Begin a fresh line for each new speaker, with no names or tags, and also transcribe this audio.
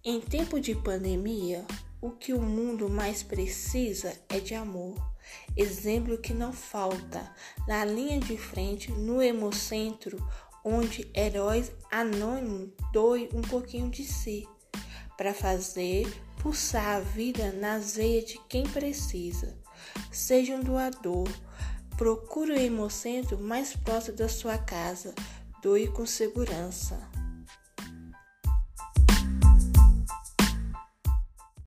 Em tempo de pandemia, o que o mundo mais precisa é de amor. Exemplo que não falta na linha de frente, no Hemocentro, onde heróis anônimos doem um pouquinho de si para fazer pulsar a vida nas veias de quem precisa. Seja um doador. Procure o Hemocentro mais próximo da sua casa. Doe com segurança.